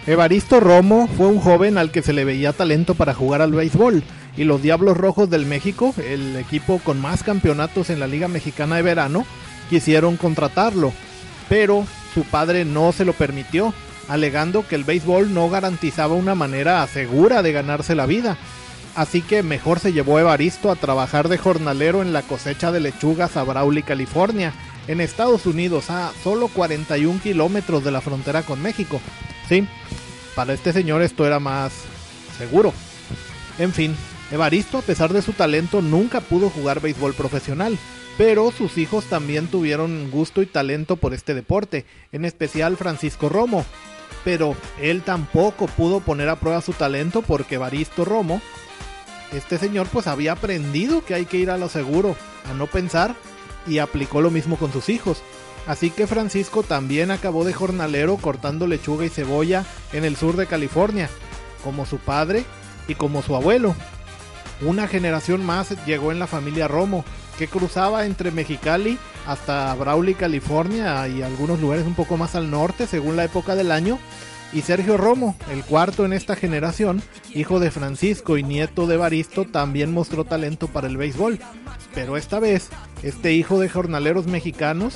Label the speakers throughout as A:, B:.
A: Evaristo Romo fue un joven al que se le veía talento para jugar al béisbol, y los Diablos Rojos del México, el equipo con más campeonatos en la Liga Mexicana de Verano, quisieron contratarlo, pero su padre no se lo permitió, alegando que el béisbol no garantizaba una manera segura de ganarse la vida. Así que mejor se llevó a Evaristo a trabajar de jornalero en la cosecha de lechugas a Brawley, California, en Estados Unidos, a solo 41 kilómetros de la frontera con México. Sí, para este señor esto era más seguro. En fin, Evaristo, a pesar de su talento, nunca pudo jugar béisbol profesional, pero sus hijos también tuvieron gusto y talento por este deporte, en especial Francisco Romo. Pero él tampoco pudo poner a prueba su talento porque Evaristo Romo, este señor, pues había aprendido que hay que ir a lo seguro, a no pensar, y aplicó lo mismo con sus hijos. Así que Francisco también acabó de jornalero cortando lechuga y cebolla en el sur de California, como su padre y como su abuelo. Una generación más llegó en la familia Romo, que cruzaba entre Mexicali hasta Brawley, California, y algunos lugares un poco más al norte según la época del año. Y Sergio Romo, el cuarto en esta generación, hijo de Francisco y nieto de Evaristo, también mostró talento para el béisbol. Pero esta vez, este hijo de jornaleros mexicanos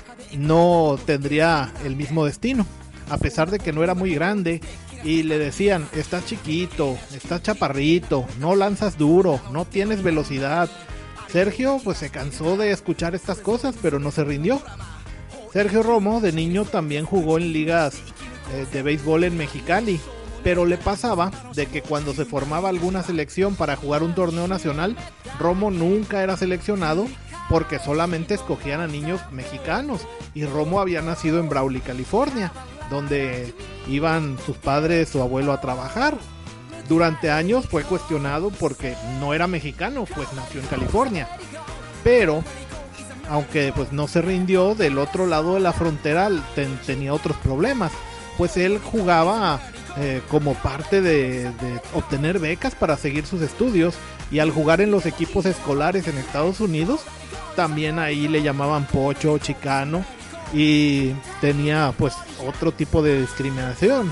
A: no tendría el mismo destino, a pesar de que no era muy grande y le decían: estás chiquito, estás chaparrito, no lanzas duro, no tienes velocidad. Sergio pues se cansó de escuchar estas cosas, pero no se rindió. Sergio Romo de niño también jugó en ligas de béisbol en Mexicali, pero le pasaba de que cuando se formaba alguna selección para jugar un torneo nacional, Romo nunca era seleccionado porque solamente escogían a niños mexicanos, y Romo había nacido en Brawley, California, donde iban sus padres, su abuelo, a trabajar. Durante años fue cuestionado porque no era mexicano, pues nació en California. Pero aunque pues no se rindió, del otro lado de la frontera tenía otros problemas, pues él jugaba como parte de obtener becas para seguir sus estudios, y al jugar en los equipos escolares en Estados Unidos, también ahí le llamaban pocho, chicano, y tenía pues otro tipo de discriminación.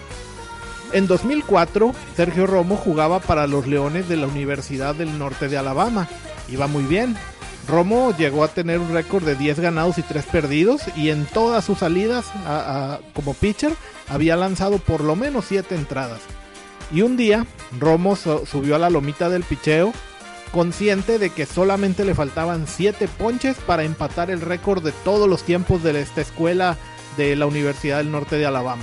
A: En 2004, Sergio Romo jugaba para los Leones de la Universidad del Norte de Alabama. Iba muy bien. Romo llegó a tener un récord de 10 ganados y 3 perdidos, y en todas sus salidas como pitcher había lanzado por lo menos 7 entradas. Y un día Romo subió a la lomita del picheo, consciente de que solamente le faltaban 7 ponches para empatar el récord de todos los tiempos de esta escuela de la Universidad del Norte de Alabama.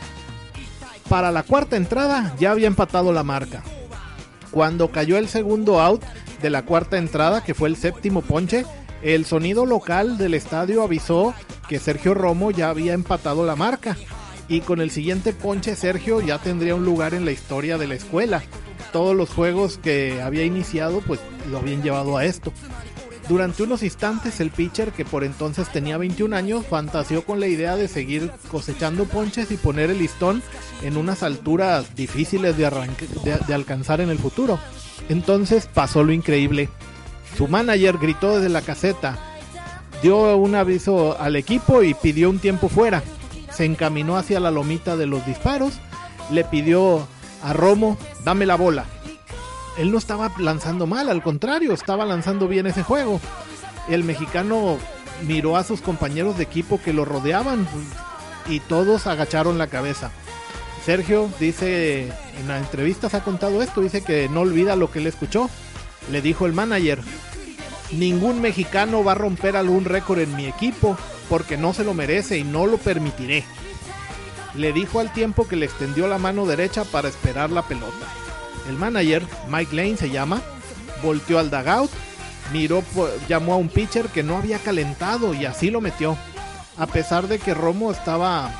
A: Para la cuarta entrada ya había empatado la marca. Cuando cayó el segundo out de la cuarta entrada, que fue el séptimo ponche, el sonido local del estadio avisó que Sergio Romo ya había empatado la marca, y con el siguiente ponche Sergio ya tendría un lugar en la historia de la escuela. Todos los juegos que había iniciado pues lo habían llevado a esto. Durante unos instantes el pitcher, que por entonces tenía 21 años, fantaseó con la idea de seguir cosechando ponches y poner el listón en unas alturas difíciles de alcanzar en el futuro. Entonces pasó lo increíble. Su manager gritó desde la caseta, dio un aviso al equipo y pidió un tiempo fuera. Se encaminó hacia la lomita de los disparos, le pidió a Romo: dame la bola. Él no estaba lanzando mal, al contrario, estaba lanzando bien ese juego. El mexicano miró a sus compañeros de equipo que lo rodeaban y todos agacharon la cabeza. Sergio dice, en la entrevista se ha contado esto, dice que no olvida lo que él escuchó. Le dijo el manager: ningún mexicano va a romper algún récord en mi equipo porque no se lo merece y no lo permitiré. Le dijo al tiempo que le extendió la mano derecha para esperar la pelota. El manager, Mike Lane se llama, volteó al dugout, miró, llamó a un pitcher que no había calentado y así lo metió. A pesar de que Romo estaba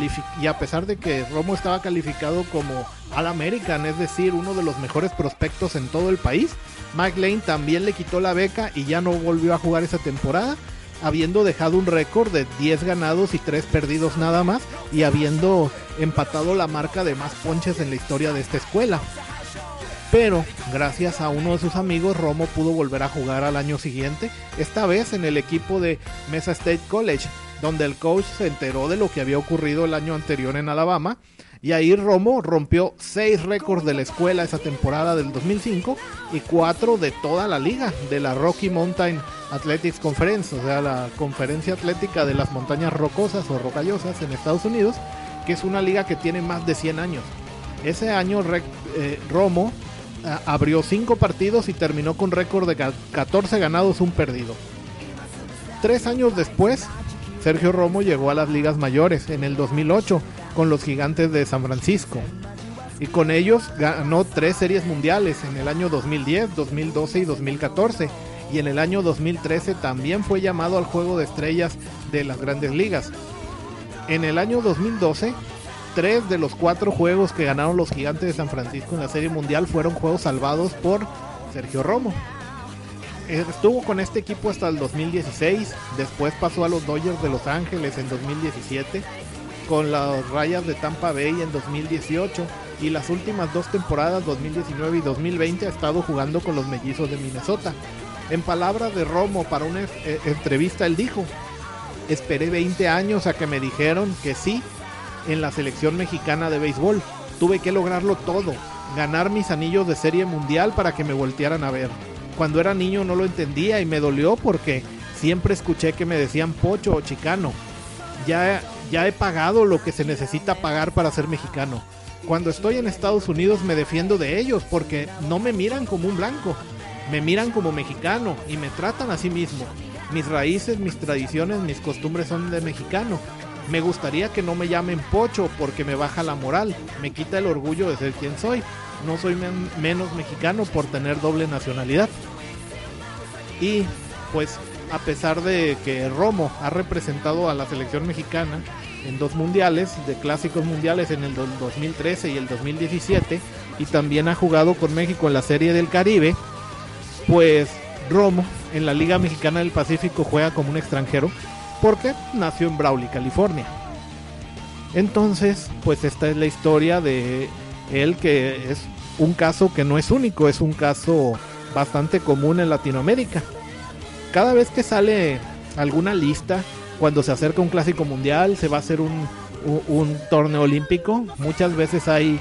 A: calificado como All-American, es decir, uno de los mejores prospectos en todo el país, Mike Lane también le quitó la beca y ya no volvió a jugar esa temporada, habiendo dejado un récord de 10 ganados y 3 perdidos nada más, y habiendo empatado la marca de más ponches en la historia de esta escuela. Pero gracias a uno de sus amigos, Romo pudo volver a jugar al año siguiente, esta vez en el equipo de Mesa State College, donde el coach se enteró de lo que había ocurrido el año anterior en Alabama, y ahí Romo rompió 6 récords de la escuela esa temporada del 2005 y 4 de toda la liga, de la Rocky Mountain Athletics Conference, o sea, la conferencia atlética de las montañas rocosas o rocallosas en Estados Unidos, que es una liga que tiene más de 100 años. Ese año Romo abrió 5 partidos y terminó con récord de 14 ganados, 1 perdido. 3 años después, Sergio Romo llegó a las ligas mayores en el 2008 con los Gigantes de San Francisco, y con ellos ganó 3 series mundiales en el año 2010, 2012 y 2014, y en el año 2013 también fue llamado al Juego de Estrellas de las Grandes Ligas. En el año 2012, 3 de los 4 juegos que ganaron los Gigantes de San Francisco en la Serie Mundial fueron juegos salvados por Sergio Romo. Estuvo con este equipo hasta el 2016, después pasó a los Dodgers de Los Ángeles en 2017, con las Rayas de Tampa Bay en 2018, y las últimas 2 temporadas, 2019 y 2020, ha estado jugando con los Mellizos de Minnesota. En palabras de Romo, para una entrevista, él dijo: esperé 20 años a que me dijeron que sí en la selección mexicana de béisbol. Tuve que lograrlo todo, ganar mis anillos de serie mundial para que me voltearan a ver. Cuando era niño no lo entendía y me dolió porque siempre escuché que me decían pocho o chicano. Ya he pagado lo que se necesita pagar para ser mexicano. Cuando estoy en Estados Unidos me defiendo de ellos porque no me miran como un blanco, me miran como mexicano y me tratan así mismo. Mis raíces, mis tradiciones, mis costumbres son de mexicano. Me gustaría que no me llamen pocho porque me baja la moral, me quita el orgullo de ser quien soy. No soy menos mexicano por tener doble nacionalidad. Y pues a pesar de que Romo ha representado a la selección mexicana en 2 mundiales, de clásicos mundiales en el 2013 y el 2017, y también ha jugado con México en la Serie del Caribe, pues Romo en la Liga Mexicana del Pacífico juega como un extranjero porque nació en Brawley, California. Entonces, pues esta es la historia de él, que es un caso que no es único, es un caso bastante común en Latinoamérica. Cada vez que sale alguna lista, cuando se acerca un clásico mundial, se va a hacer un torneo olímpico. Muchas veces hay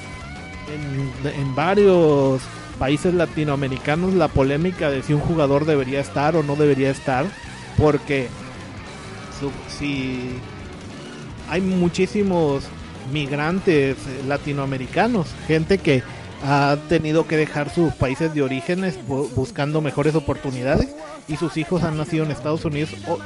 A: en varios países latinoamericanos la polémica de si un jugador debería estar o no debería estar, porque si hay muchísimos migrantes latinoamericanos, gente que ha tenido que dejar sus países de orígenes buscando mejores oportunidades, y sus hijos han nacido en Estados Unidos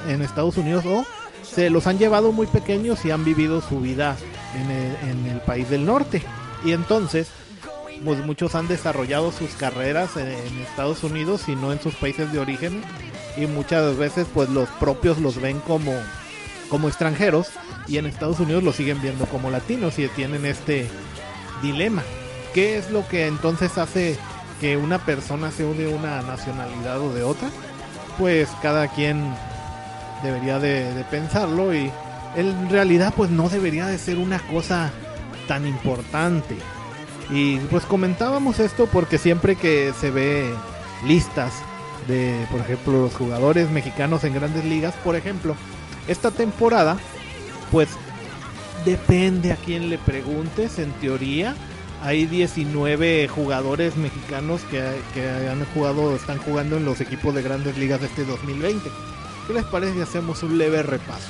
A: o se los han llevado muy pequeños y han vivido su vida en el país del norte, y entonces pues muchos han desarrollado sus carreras en Estados Unidos y no en sus países de origen, y muchas veces pues los propios los ven como extranjeros, y en Estados Unidos los siguen viendo como latinos, y tienen este dilema. ¿Qué es lo que entonces hace que una persona sea de una nacionalidad o de otra? Pues cada quien debería de pensarlo, y en realidad pues no debería de ser una cosa tan importante. Y pues comentábamos esto porque siempre que se ve listas de, por ejemplo, los jugadores mexicanos en Grandes Ligas, por ejemplo, esta temporada, pues depende a quién le preguntes. En teoría hay 19 jugadores mexicanos que están jugando en los equipos de Grandes Ligas de este 2020. ¿Qué les parece si hacemos un leve repaso?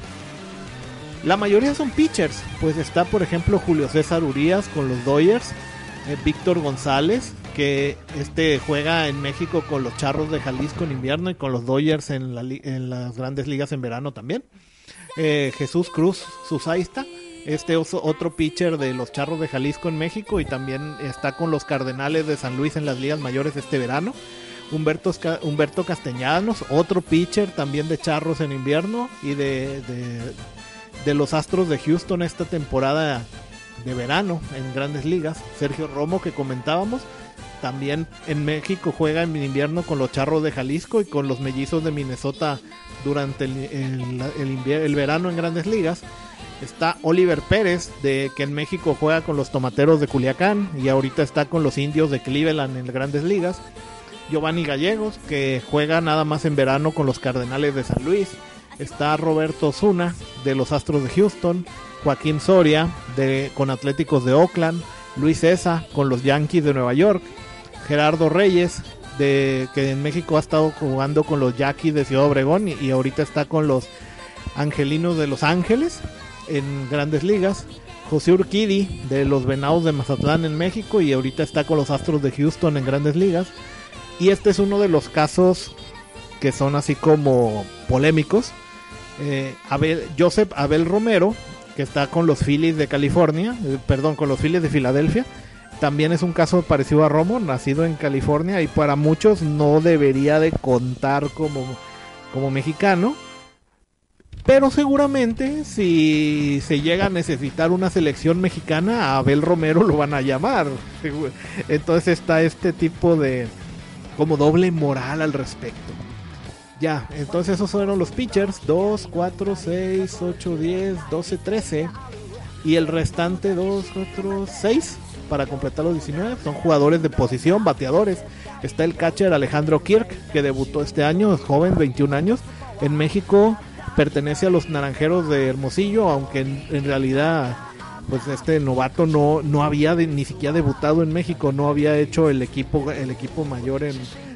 A: La mayoría son pitchers, pues está por ejemplo Julio César Urías con los Dodgers, Víctor González, que juega en México con los Charros de Jalisco en invierno y con los Dodgers en las Grandes Ligas en verano también. Jesús Cruz Susaista, otro pitcher de los Charros de Jalisco en México, y también está con los Cardenales de San Luis en las ligas mayores este verano. Humberto Castellanos, otro pitcher también de Charros en invierno y de los Astros de Houston esta temporada de verano en Grandes Ligas. Sergio Romo, que comentábamos, también en México juega en invierno con los Charros de Jalisco y con los Mellizos de Minnesota durante el verano en Grandes Ligas. Está Oliver Pérez, que en México juega con los Tomateros de Culiacán y ahorita está con los Indios de Cleveland en Grandes Ligas. Giovanni Gallegos, que juega nada más en verano con los Cardenales de San Luis. Está Roberto Osuna de los Astros de Houston, Joaquín Soria con Atléticos de Oakland, Luis Cessa con los Yankees de Nueva York, Gerardo Reyes que en México ha estado jugando con los Yaquis de Ciudad Obregón y ahorita está con los Angelinos de Los Ángeles en Grandes Ligas, José Urquidi de los Venados de Mazatlán en México y ahorita está con los Astros de Houston en Grandes Ligas. Y este es uno de los casos que son así como polémicos. Joseph Abel Romero, que está con los Phillies de California, con los Phillies de Filadelfia, también es un caso parecido a Romo, nacido en California y para muchos no debería de contar como mexicano, pero seguramente si se llega a necesitar una selección mexicana, a Abel Romero lo van a llamar. Entonces está este tipo de como doble moral al respecto. Ya, entonces esos fueron los pitchers, 2, 4, 6, 8, 10, 12, 13 y el restante 2, 4, 6 para completar los 19, son jugadores de posición, bateadores. Está el catcher Alejandro Kirk, que debutó este año, es joven, 21 años, en México pertenece a los Naranjeros de Hermosillo, aunque en realidad pues este novato no había ni siquiera debutado en México, no había hecho el equipo mayor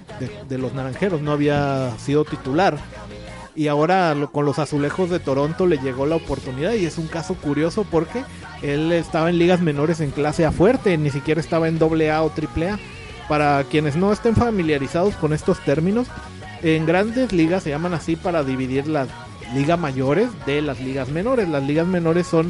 A: de los Naranjeros, no había sido titular y ahora con los Azulejos de Toronto le llegó la oportunidad y es un caso curioso porque él estaba en ligas menores en clase A fuerte, ni siquiera estaba en AA o AAA. Para quienes no estén familiarizados con estos términos, en Grandes Ligas se llaman así para dividir las ligas mayores de las ligas menores. Las ligas menores son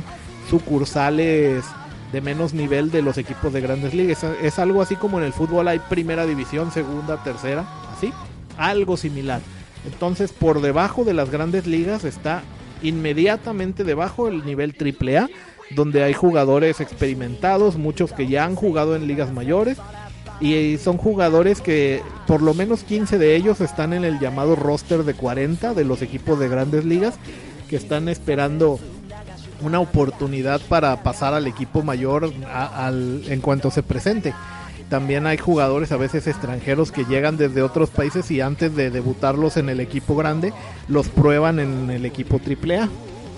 A: sucursales de menos nivel de los equipos de Grandes Ligas. Es algo así como en el fútbol hay primera división, segunda, tercera, así, algo similar. Entonces por debajo de las Grandes Ligas está inmediatamente debajo el nivel AAA, donde hay jugadores experimentados, muchos que ya han jugado en ligas mayores y son jugadores que por lo menos 15 de ellos están en el llamado roster de 40 de los equipos de Grandes Ligas, que están esperando una oportunidad para pasar al equipo mayor en cuanto se presente. También hay jugadores a veces extranjeros que llegan desde otros países y antes de debutarlos en el equipo grande los prueban en el equipo AAA.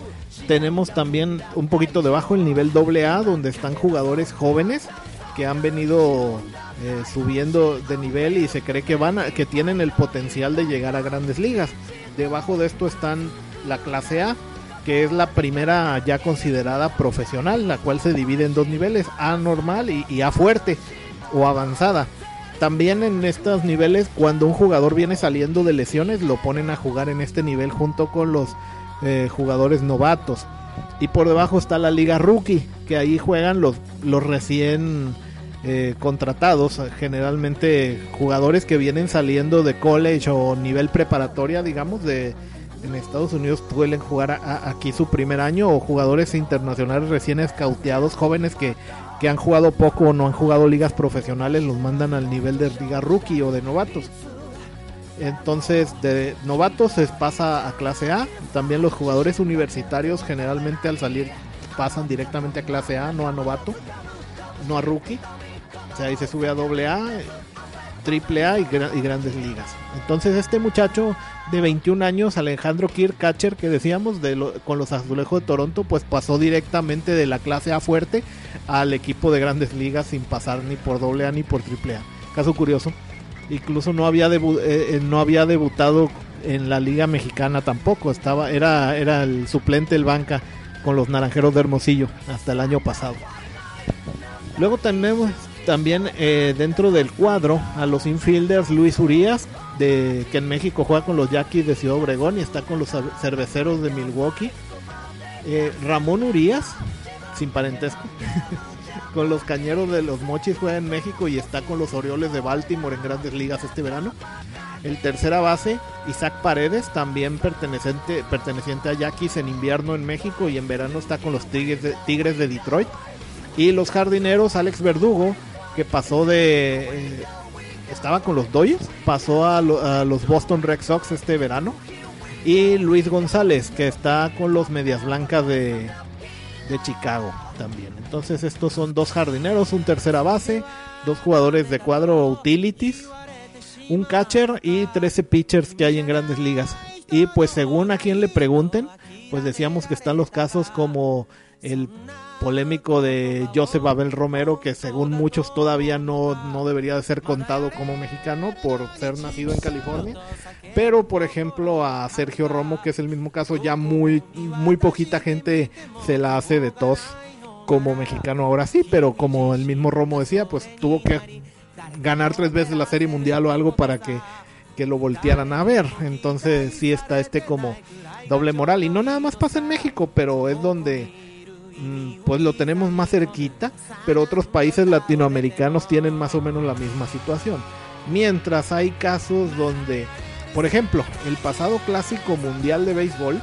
A: Tenemos también un poquito debajo el nivel AA, donde están jugadores jóvenes que han venido subiendo de nivel y se cree que tienen el potencial de llegar a Grandes Ligas. Debajo de esto están la clase A, que es la primera ya considerada profesional, la cual se divide en dos niveles, A normal y A fuerte o avanzada. También en estos niveles, cuando un jugador viene saliendo de lesiones, lo ponen a jugar en este nivel junto con los jugadores novatos. Y por debajo está la liga rookie, que ahí juegan los recién contratados, generalmente jugadores que vienen saliendo de college o nivel preparatoria, digamos, en Estados Unidos suelen jugar aquí su primer año, o jugadores internacionales recién escauteados, jóvenes que han jugado poco o no han jugado ligas profesionales, los mandan al nivel de liga rookie o de novatos. Entonces de novatos se pasa a clase A. También los jugadores universitarios generalmente al salir pasan directamente a clase A, no a novato, no a rookie. O sea, ahí se sube a AA, AAA y Grandes Ligas. Entonces este muchacho de 21 años, Alejandro Kirk, catcher, que decíamos con los Azulejos de Toronto, pues pasó directamente de la clase A fuerte al equipo de Grandes Ligas sin pasar ni por AA ni por AAA. Caso curioso. Incluso no había debutado en la Liga Mexicana tampoco. Era el suplente del banca con los Naranjeros de Hermosillo hasta el año pasado. Luego tenemos también dentro del cuadro a los infielders Luis Urías, que en México juega con los Yaquis de Ciudad Obregón y está con los Cerveceros de Milwaukee. Ramón Urías, sin parentesco, con los Cañeros de los Mochis juega en México y está con los Orioles de Baltimore en Grandes Ligas este verano. El tercera base, Isaac Paredes, también perteneciente a Yaquis en invierno en México y en verano está con los Tigres de Detroit. Y los jardineros, Alex Verdugo, que pasó estaba con los Dodgers, pasó a los Boston Red Sox este verano. Y Luis González, que está con los Medias Blancas de Chicago también. Entonces estos son dos jardineros, un tercera base, dos jugadores de cuadro utilities, un catcher y 13 pitchers que hay en Grandes Ligas. Y pues según a quien le pregunten, pues decíamos que están los casos como el polémico de Joseph Abel Romero, que según muchos todavía no debería de ser contado como mexicano por ser nacido en California, pero por ejemplo a Sergio Romo, que es el mismo caso, ya muy poquita gente se la hace de tos como mexicano ahora sí, pero como el mismo Romo decía, pues tuvo que ganar 3 veces la Serie Mundial o algo para que lo voltearan a ver. Entonces sí está como doble moral, y no nada más pasa en México, pero es donde pues lo tenemos más cerquita, pero otros países latinoamericanos tienen más o menos la misma situación. Mientras hay casos donde, por ejemplo, el pasado clásico mundial de béisbol,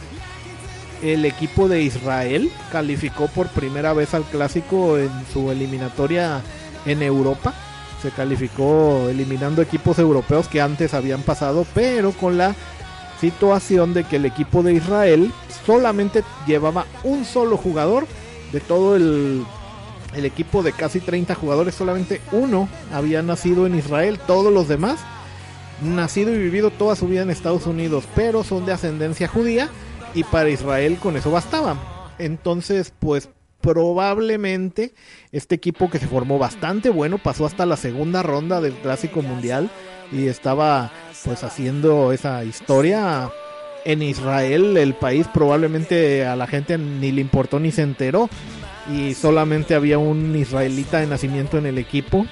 A: el equipo de Israel calificó por primera vez al clásico en su eliminatoria en Europa. Se calificó eliminando equipos europeos que antes habían pasado, pero con la situación de que el equipo de Israel solamente llevaba un solo jugador. De todo el equipo de casi 30 jugadores, solamente uno había nacido en Israel. Todos los demás nacido y vivido toda su vida en Estados Unidos, pero son de ascendencia judía, y para Israel con eso bastaba. Entonces pues probablemente este equipo, que se formó bastante bueno, pasó hasta la segunda ronda del Clásico Mundial y estaba pues haciendo esa historia en Israel. El país probablemente a la gente ni le importó ni se enteró, y solamente había un israelita de nacimiento en el equipo,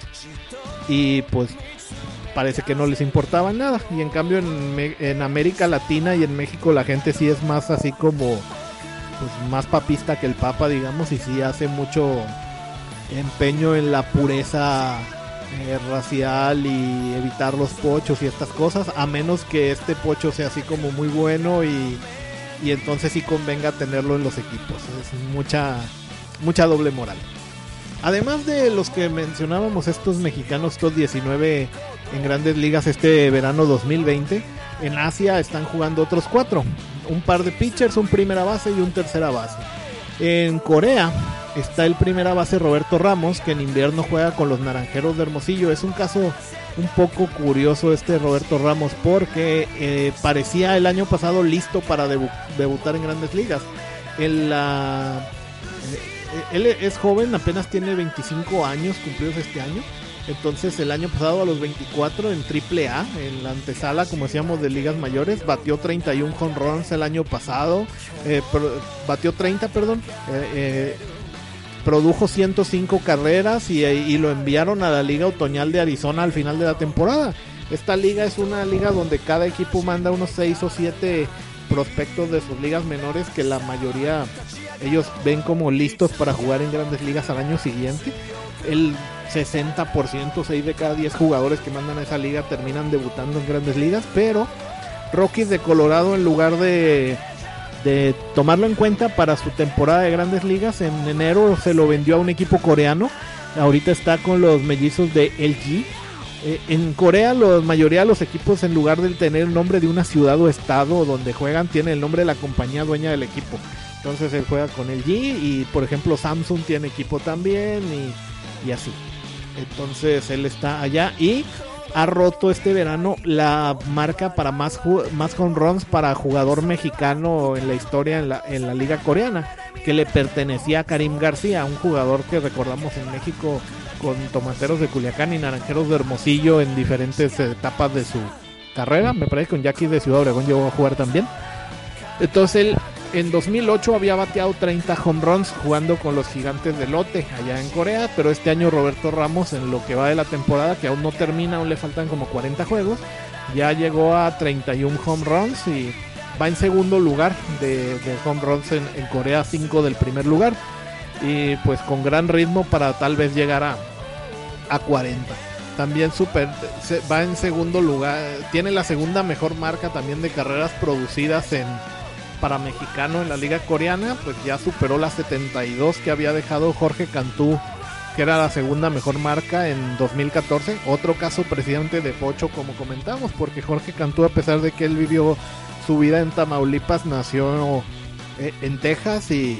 A: y pues parece que no les importaba nada. Y en cambio en América Latina y en México la gente sí es más así como pues más papista que el Papa, digamos, y sí hace mucho empeño en la pureza racial y evitar los pochos y estas cosas, a menos que este pocho sea así como muy bueno, y entonces sí convenga tenerlo en los equipos. Es mucha doble moral. Además de los que mencionábamos, estos mexicanos, estos 19 en Grandes Ligas este verano 2020, en Asia están jugando otros 4, un par de pitchers, un primera base y un tercera base. En Corea está el primera base Roberto Ramos, que en invierno juega con los Naranjeros de Hermosillo. Es un caso un poco curioso este Roberto Ramos, porque parecía el año pasado listo para debutar en Grandes Ligas. Él es joven, apenas tiene 25 años cumplidos este año. Entonces el año pasado, a los 24, en AAA, en la antesala, como decíamos, de ligas mayores, batió 31 home runs el año pasado, batió 30, perdón, produjo 105 carreras y lo enviaron a la Liga Otoñal de Arizona al final de la temporada. Esta liga es una liga donde cada equipo manda unos 6 o 7 prospectos de sus ligas menores, que la mayoría ellos ven como listos para jugar en Grandes Ligas al año siguiente. El 60%, 6 de cada 10 jugadores que mandan a esa liga terminan debutando en Grandes Ligas, pero Rockies de Colorado, en lugar de tomarlo en cuenta para su temporada de Grandes Ligas, en enero se lo vendió a un equipo coreano. Ahorita está con los mellizos de LG. En Corea la mayoría de los equipos, en lugar de tener el nombre de una ciudad o estado donde juegan, tiene el nombre de la compañía dueña del equipo. Entonces él juega con LG, y por ejemplo Samsung tiene equipo también, y así. Entonces él está allá y ha roto este verano la marca para más home runs para jugador mexicano en la historia en la liga coreana, que le pertenecía a Karim García, un jugador que recordamos en México con Tomateros de Culiacán y Naranjeros de Hermosillo en diferentes etapas de su carrera. Me parece que con Yaquis de Ciudad Obregón llegó a jugar también. Entonces él en 2008 había bateado 30 home runs jugando con los Gigantes de Lotte allá en Corea, pero este año Roberto Ramos, en lo que va de la temporada, que aún no termina, aún le faltan como 40 juegos, ya llegó a 31 home runs y va en segundo lugar de home runs en Corea, 5 del primer lugar, y pues con gran ritmo para tal vez llegar a 40. También va en segundo lugar, tiene la segunda mejor marca también de carreras producidas para mexicano en la liga coreana, pues ya superó las 72 que había dejado Jorge Cantú, que era la segunda mejor marca en 2014. Otro caso presidente de pocho, como comentamos, porque Jorge Cantú, a pesar de que él vivió su vida en Tamaulipas, nació en Texas y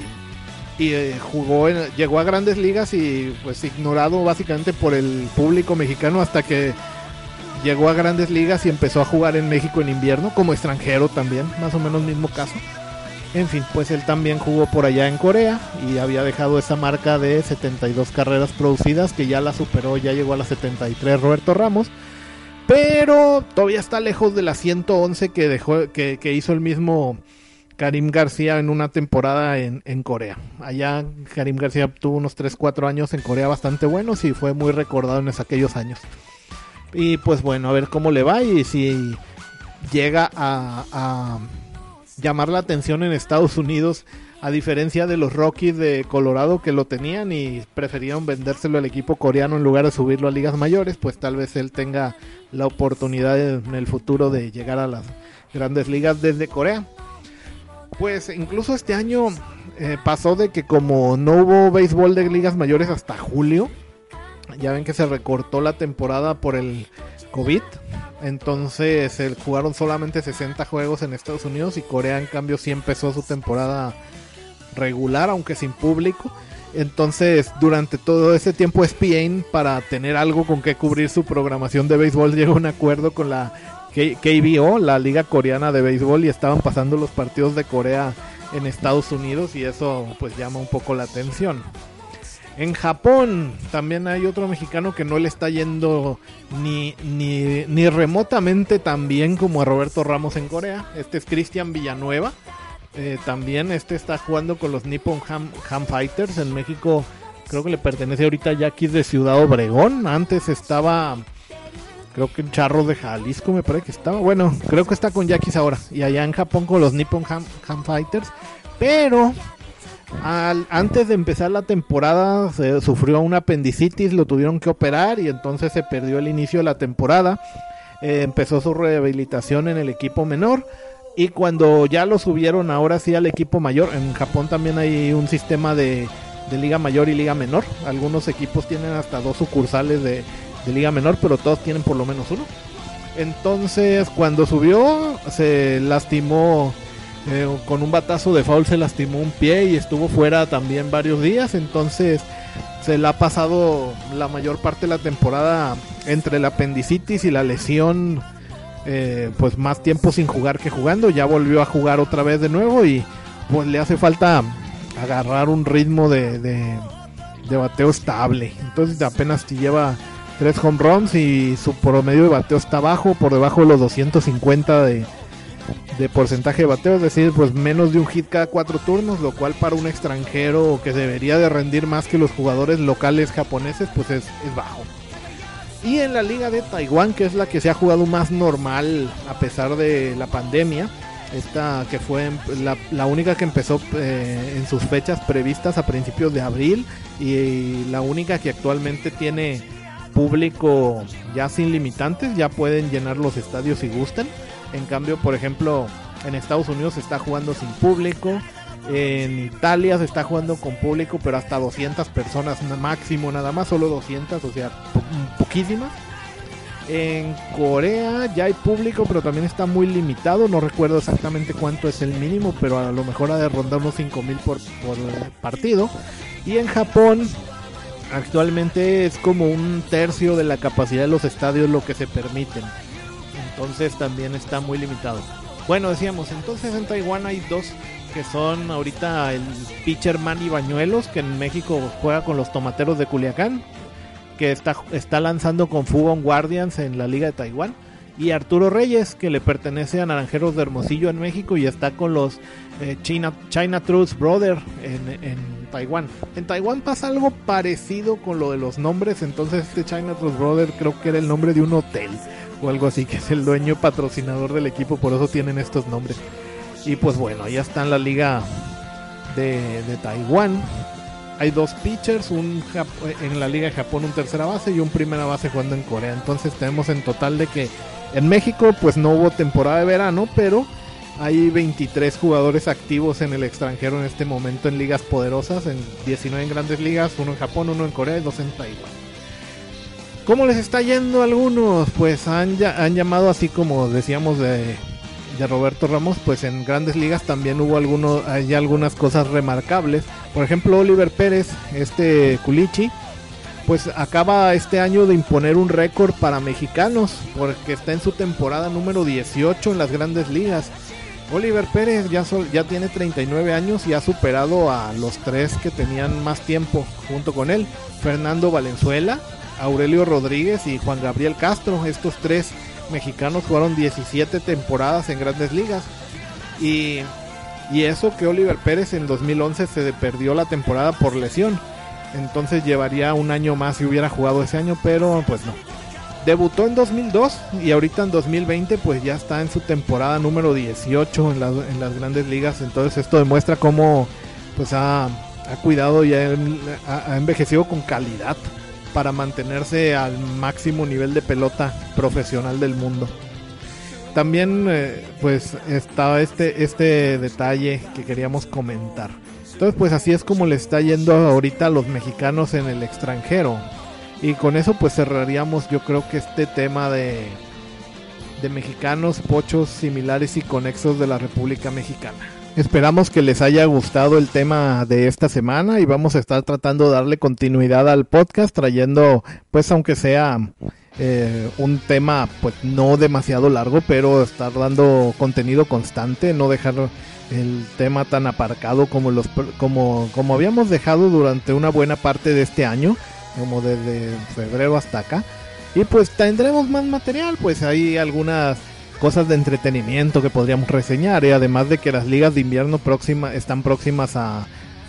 A: llegó a Grandes Ligas, y pues ignorado básicamente por el público mexicano hasta que llegó a Grandes Ligas y empezó a jugar en México en invierno, como extranjero también, más o menos mismo caso. En fin, pues él también jugó por allá en Corea y había dejado esa marca de 72 carreras producidas, que ya la superó, ya llegó a las 73 Roberto Ramos, pero todavía está lejos de las 111 que dejó, que hizo el mismo Karim García en una temporada en Corea. Allá Karim García tuvo unos 3-4 años en Corea bastante buenos y fue muy recordado en aquellos años. Y pues bueno, a ver cómo le va y si llega a llamar la atención en Estados Unidos, a diferencia de los Rockies de Colorado, que lo tenían y preferían vendérselo al equipo coreano en lugar de subirlo a ligas mayores. Pues tal vez él tenga la oportunidad en el futuro de llegar a las Grandes Ligas desde Corea. Pues incluso este año pasó de que como no hubo béisbol de ligas mayores hasta julio, ya ven que se recortó la temporada por el COVID, entonces jugaron solamente 60 juegos en Estados Unidos y Corea en cambio sí empezó su temporada regular, aunque sin público. Entonces durante todo ese tiempo ESPN, para tener algo con que cubrir su programación de béisbol, llegó a un acuerdo con la KBO, la liga coreana de béisbol, y estaban pasando los partidos de Corea en Estados Unidos y eso pues llama un poco la atención. En Japón también hay otro mexicano que no le está yendo ni remotamente tan bien como a Roberto Ramos en Corea. Este es Cristian Villanueva. También está jugando con los Nippon Ham Fighters en México. Creo que le pertenece ahorita a Yaquis de Ciudad Obregón. Antes estaba, creo que en Charros de Jalisco me parece que estaba. Bueno, creo que está con Yaquis ahora. Y allá en Japón con los Nippon Ham Fighters. Pero antes de empezar la temporada sufrió una apendicitis, lo tuvieron que operar y entonces se perdió el inicio de la temporada. Empezó su rehabilitación en el equipo menor y cuando ya lo subieron ahora sí al equipo mayor, en Japón también hay un sistema de liga mayor y liga menor. Algunos equipos tienen hasta 2 sucursales de liga menor, pero todos tienen por lo menos uno. Entonces cuando subió se lastimó, con un batazo de foul se lastimó un pie y estuvo fuera también varios días. Entonces se le ha pasado la mayor parte de la temporada entre la apendicitis y la lesión, pues más tiempo sin jugar que jugando. Ya volvió a jugar otra vez de nuevo y pues le hace falta agarrar un ritmo de bateo estable. Entonces apenas lleva 3 home runs y su promedio de bateo está bajo, por debajo de los 250 de porcentaje de bateo, es decir, pues menos de un hit cada 4 turnos, lo cual para un extranjero que debería de rendir más que los jugadores locales japoneses, pues es bajo. Y en la liga de Taiwán, que es la que se ha jugado más normal a pesar de la pandemia, esta que fue la única que empezó en sus fechas previstas a principios de abril y la única que actualmente tiene público ya sin limitantes, ya pueden llenar los estadios si gustan. En cambio, por ejemplo, en Estados Unidos se está jugando sin público, en Italia se está jugando con público, pero hasta 200 personas máximo nada más, solo 200, o sea, poquísimas. En Corea ya hay público, pero también está muy limitado, no recuerdo exactamente cuánto es el mínimo, pero a lo mejor ha de rondar unos 5,000 por partido. Y en Japón actualmente es como un tercio de la capacidad de los estadios lo que se permiten. Entonces también está muy limitado. Bueno, decíamos, entonces en Taiwán hay 2 que son ahorita el pitcher Manny Bañuelos, que en México juega con los Tomateros de Culiacán, que está lanzando con Fubon Guardians en la Liga de Taiwán, y Arturo Reyes, que le pertenece a Naranjeros de Hermosillo en México y está con los China Truth Brother en Taiwán. En Taiwán pasa algo parecido con lo de los nombres, entonces China Truth Brother creo que era el nombre de un hotel o algo así, que es el dueño patrocinador del equipo, por eso tienen estos nombres. Y pues bueno, ya está en la liga de Taiwán. Hay 2 pitchers, en la liga de Japón un tercera base y un primera base jugando en Corea. Entonces tenemos en total de que en México pues no hubo temporada de verano, pero hay 23 jugadores activos en el extranjero en este momento en ligas poderosas, en 19 en grandes ligas, 1 en Japón, 1 en Corea y 2 en Taiwán. ¿Cómo les está yendo a algunos? Pues han llamado, así como decíamos de Roberto Ramos, pues en grandes ligas también hubo algunas cosas remarcables. Por ejemplo, Oliver Pérez, Culichi, pues acaba este año de imponer un récord para mexicanos, porque está en su temporada número 18 en las Grandes Ligas. Oliver Pérez ya tiene 39 años y ha superado a los 3 que tenían más tiempo junto con él: Fernando Valenzuela, Aurelio Rodríguez y Juan Gabriel Castro. Estos 3 mexicanos jugaron 17 temporadas en Grandes Ligas. Y eso que Oliver Pérez en 2011 se perdió la temporada por lesión. Entonces llevaría un año más si hubiera jugado ese año, pero pues no. Debutó en 2002 y ahorita en 2020 pues ya está en su temporada número 18 en las Grandes Ligas. Entonces esto demuestra cómo pues ha cuidado y ha envejecido con calidad para mantenerse al máximo nivel de pelota profesional del mundo. También pues estaba este detalle que queríamos comentar. Entonces pues así es como le está yendo ahorita a los mexicanos en el extranjero. Y con eso pues cerraríamos yo creo que este tema de mexicanos, pochos, similares y conexos de la República Mexicana. Esperamos que les haya gustado el tema de esta semana y vamos a estar tratando de darle continuidad al podcast, trayendo pues aunque sea un tema pues no demasiado largo, pero estar dando contenido constante, no dejar el tema tan aparcado como habíamos dejado durante una buena parte de este año, como desde febrero hasta acá. Y pues tendremos más material, pues hay algunas cosas de entretenimiento que podríamos reseñar, además de que las ligas de invierno están próximas a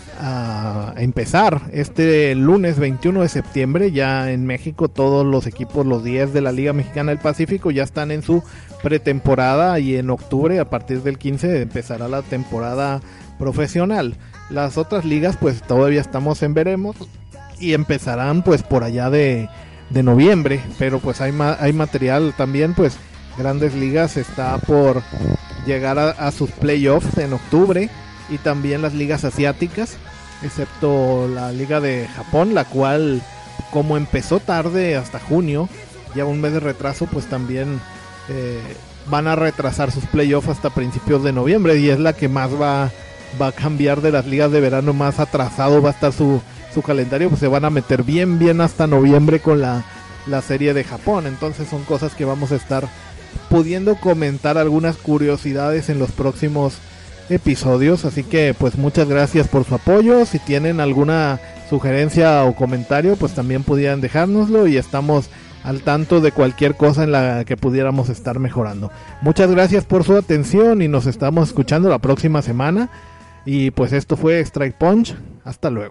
A: empezar. Este lunes 21 de septiembre ya en México todos los equipos, los 10 de la Liga Mexicana del Pacífico, ya están en su pretemporada, y en octubre a partir del 15 empezará la temporada profesional. Las otras ligas pues todavía estamos en veremos y empezarán pues por allá de noviembre, pero pues hay material también. Pues Grandes Ligas está por llegar a sus playoffs en octubre, y también las ligas asiáticas, excepto la liga de Japón, la cual como empezó tarde hasta junio, lleva un mes de retraso, pues también van a retrasar sus playoffs hasta principios de noviembre, y es la que más va a cambiar de las ligas de verano. Más atrasado va a estar su calendario, pues se van a meter bien hasta noviembre con la serie de Japón. Entonces son cosas que vamos a estar pudiendo comentar, algunas curiosidades en los próximos episodios. Así que pues muchas gracias por su apoyo. Si tienen alguna sugerencia o comentario, pues también pudieran dejárnoslo, y estamos al tanto de cualquier cosa en la que pudiéramos estar mejorando. Muchas gracias por su atención y nos estamos escuchando la próxima semana. Y pues esto fue Strike Punch. Hasta luego.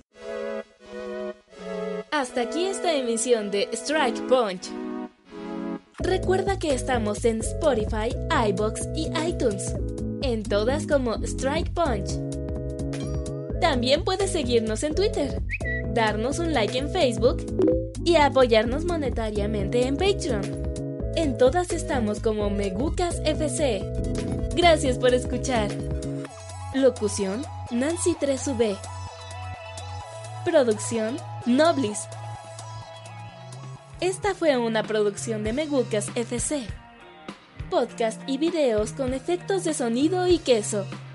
B: Hasta aquí esta emisión de Strike Punch. Recuerda que estamos en Spotify, iVoox y iTunes. En todas como Strike Punch. También puedes seguirnos en Twitter, darnos un like en Facebook y apoyarnos monetariamente en Patreon. En todas estamos como Megucas FC. Gracias por escuchar. Locución: Nancy 3V. Producción: Noblis. Esta fue una producción de Megucas FC. Podcast y videos con efectos de sonido y queso.